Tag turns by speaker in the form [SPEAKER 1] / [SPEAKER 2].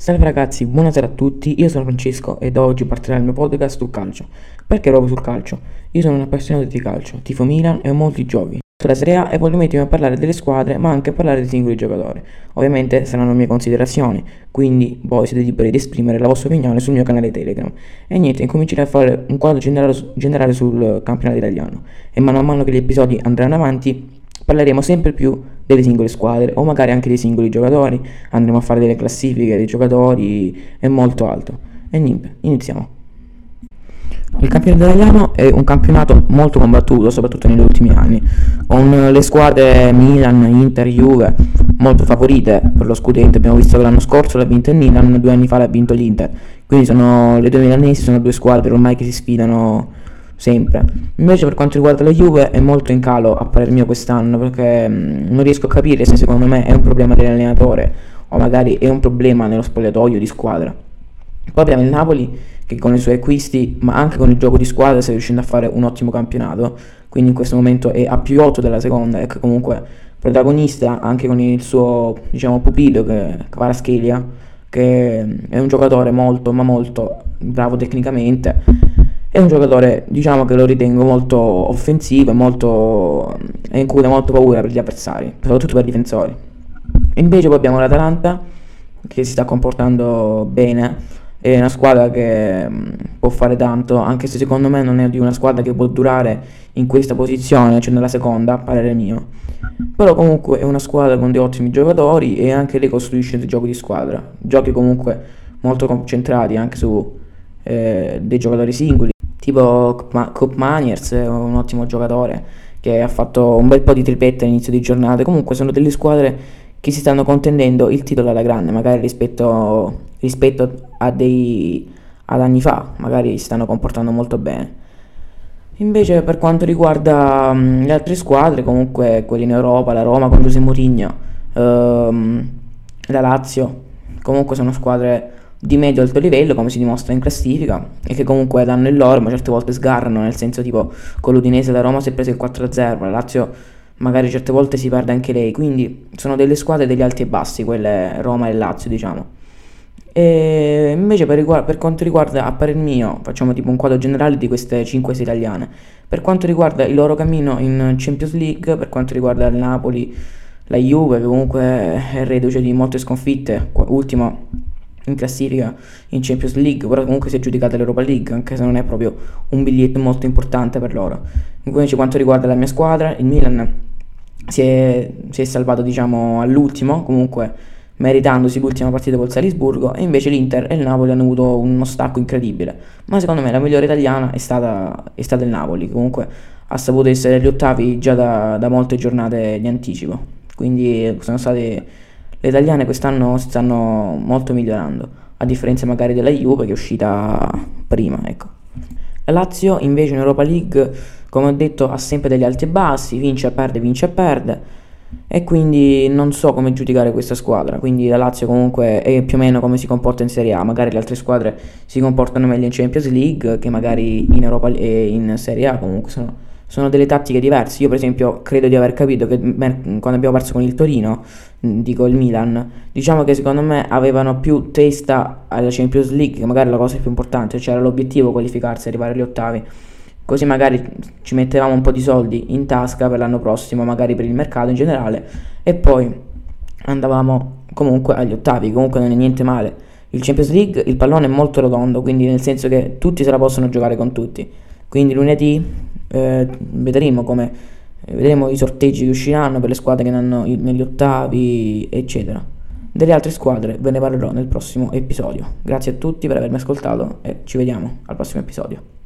[SPEAKER 1] Salve ragazzi, buonasera a tutti, io sono Francesco e da oggi partirà il mio podcast sul calcio. Perché proprio sul calcio? Io sono un appassionato di calcio, tifo Milan e ho molti giochi sulla Serie A e voglio mettermi a parlare delle squadre ma anche a parlare dei singoli giocatori. Ovviamente saranno mie considerazioni, quindi voi siete liberi di esprimere la vostra opinione sul mio canale Telegram. E niente, incomincerei a fare un quadro generale sul campionato italiano e mano a mano che gli episodi andranno avanti parleremo sempre più delle singole squadre o magari anche dei singoli giocatori, andremo a fare delle classifiche dei giocatori e molto altro. E niente, iniziamo. Il campionato italiano è un campionato molto combattuto, soprattutto negli ultimi anni, con le squadre Milan, Inter, Juve molto favorite per lo scudetto. Abbiamo visto che l'anno scorso l'ha vinto il Milan, 2 anni fa l'ha vinto l'Inter, quindi le due milanesi sono due squadre ormai che si sfidano sempre. Invece per quanto riguarda la Juve è molto in calo a parer mio quest'anno, perché non riesco a capire se secondo me è un problema dell'allenatore o magari è un problema nello spogliatoio di squadra. Poi abbiamo il Napoli che con i suoi acquisti ma anche con il gioco di squadra sta riuscendo a fare un ottimo campionato, quindi in questo momento è a più 8 della seconda e che comunque protagonista anche con il suo pupillo che Kvaratskhelia, che è un giocatore molto ma molto bravo tecnicamente. È un giocatore, che lo ritengo molto offensivo e incute molto paura per gli avversari, soprattutto per i difensori. Invece poi abbiamo l'Atalanta che si sta comportando bene, è una squadra che può fare tanto, anche se secondo me non è di una squadra che può durare in questa posizione, cioè nella seconda, a parere mio. Però comunque è una squadra con dei ottimi giocatori e anche lei costruisce dei giochi di squadra, giochi comunque molto concentrati anche su dei giocatori singoli. Tipo Koopmeiners è un ottimo giocatore che ha fatto un bel po' di triplette all'inizio di giornate. Comunque sono delle squadre che si stanno contendendo il titolo alla grande, magari rispetto ad anni fa, magari si stanno comportando molto bene. Invece per quanto riguarda le altre squadre, comunque quelle in Europa, la Roma con José Mourinho, la Lazio, comunque sono squadre di medio-alto livello, come si dimostra in classifica, e che comunque danno il loro, ma certe volte sgarrano, nel senso tipo con l'Udinese la Roma si è presa il 4-0, la Lazio magari certe volte si perde anche lei, quindi sono delle squadre degli alti e bassi, quelle Roma e Lazio, E invece per quanto riguarda, a parer mio, facciamo tipo un quadro generale di queste 5-6 italiane. Per quanto riguarda il loro cammino in Champions League, per quanto riguarda il Napoli, la Juve, che comunque è reduce di molte sconfitte, ultimo in classifica in Champions League, però comunque si è giudicata l'Europa League, anche se non è proprio un biglietto molto importante per loro. Invece quanto riguarda la mia squadra, il Milan si è salvato all'ultimo, comunque meritandosi l'ultima partita col Salisburgo, e invece l'Inter e il Napoli hanno avuto uno stacco incredibile. Ma secondo me la migliore italiana è stata il Napoli, comunque ha saputo essere agli ottavi già da molte giornate di anticipo, quindi sono state le italiane quest'anno si stanno molto migliorando, a differenza magari della Juve che è uscita prima, ecco. La Lazio invece in Europa League, come ho detto, ha sempre degli alti e bassi, vince e perde, e quindi non so come giudicare questa squadra. Quindi la Lazio comunque è più o meno come si comporta in Serie A, magari le altre squadre si comportano meglio in Champions League che magari in Europa e in Serie A, comunque sono delle tattiche diverse. Io per esempio credo di aver capito che quando abbiamo perso con il Torino, dico il Milan, che secondo me avevano più testa alla Champions League, che magari la cosa più importante, c'era l'obiettivo qualificarsi, arrivare agli ottavi, così magari ci mettevamo un po' di soldi in tasca per l'anno prossimo, magari per il mercato in generale, e poi andavamo comunque agli ottavi. Comunque non è niente male. Il Champions League, il pallone è molto rotondo, quindi nel senso che tutti se la possono giocare con tutti, quindi lunedì vedremo i sorteggi che usciranno per le squadre che hanno negli ottavi, eccetera. Delle altre squadre ve ne parlerò nel prossimo episodio. Grazie a tutti per avermi ascoltato e ci vediamo al prossimo episodio.